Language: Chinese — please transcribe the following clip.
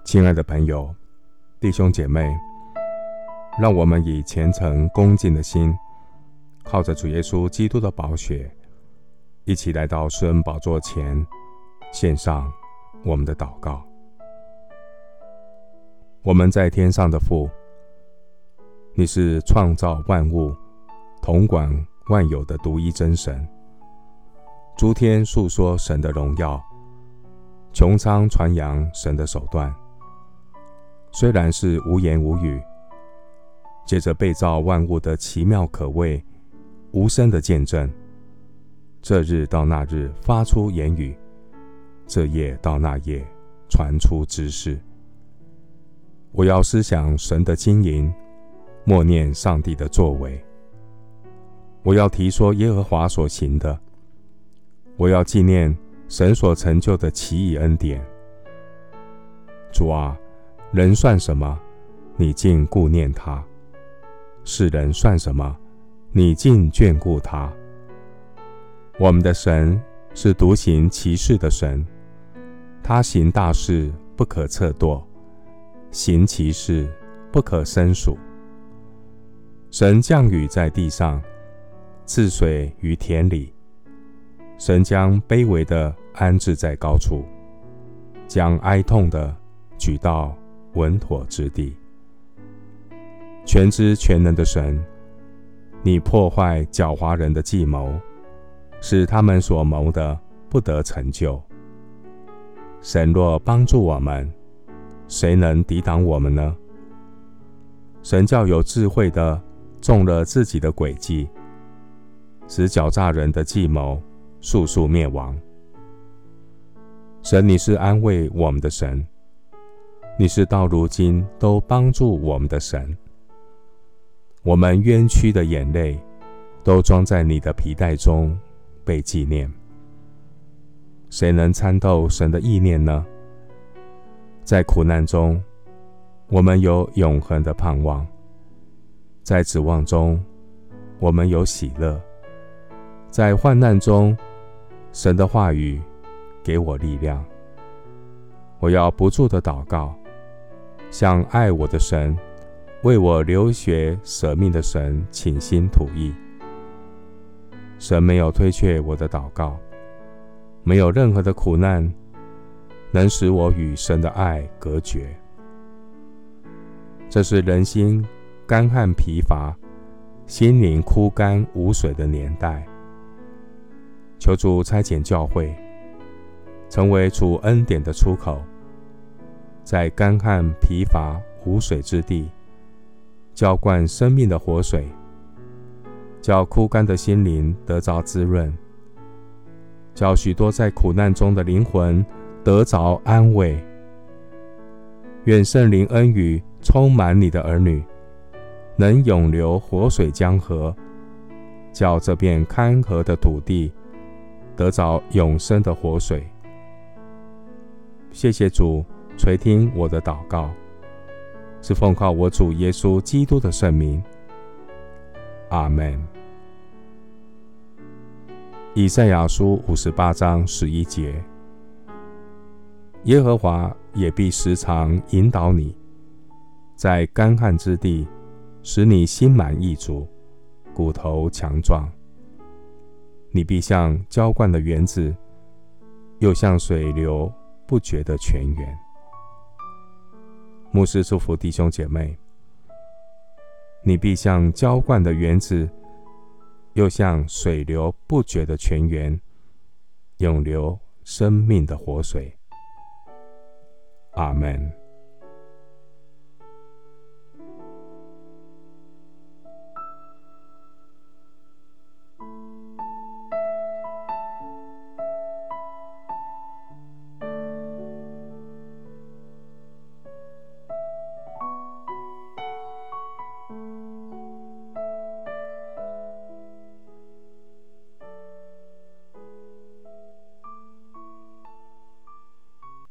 亲爱的朋友、弟兄姐妹，让我们以虔诚恭敬的心，靠着主耶稣基督的宝血，一起来到施恩宝座前，献上我们的祷告。我们在天上的父，你是创造万物、统管万有的独一真神。诸天述说神的荣耀，穹苍传扬神的手段。虽然是无言无语，借着被造万物的奇妙可畏、无声的见证，这日到那日发出言语，这夜到那夜传出知识。我要思想神的经营，默念上帝的作为。我要提说耶和华所行的，我要纪念神所成就的奇异恩典。主啊，人算什么，你竟顾念他；世人算什么，你竟眷顾他。我们的神是独行奇事的神，他行大事不可测度，行奇事不可胜数。神降雨在地上，赐水于田里。神将卑微的安置在高处，将哀痛的举到稳妥之地。全知全能的神，你破坏狡猾人的计谋，使他们所谋的不得成就。神若帮助我们，谁能抵挡我们呢？神叫有智慧的中了自己的诡计，使狡诈人的计谋速速灭亡。神，你是安慰我们的神，你是到如今都帮助我们的神。我们冤屈的眼泪都装在你的皮带中，被纪念。谁能参透神的意念呢？在苦难中，我们有永恒的盼望；在指望中，我们有喜乐；在患难中，神的话语给我力量。我要不住的祷告，向爱我的神，为我流血舍命的神倾心吐意。神没有推却我的祷告，没有任何的苦难能使我与神的爱隔绝。这是人心干旱疲乏、心灵枯干无水的年代。求主差遣教会，成为主恩典的出口，在干旱疲乏无水之地，浇灌生命的活水，叫枯干的心灵得着滋润，叫许多在苦难中的灵魂得着安慰。愿圣灵恩雨充满你的儿女，能永流活水江河，叫这片干涸的土地得着永生的活水。谢谢主垂听我的祷告，是奉靠我主耶稣基督的圣名。阿们。以赛亚书58章11节，耶和华也必时常引导你，在干旱之地，使你心满意足，骨头强壮。你必像浇灌的园子，又像水流不绝的泉源。牧师祝福弟兄姐妹，你必像浇灌的园子，又像水流不绝的泉源，永流生命的活水。阿们。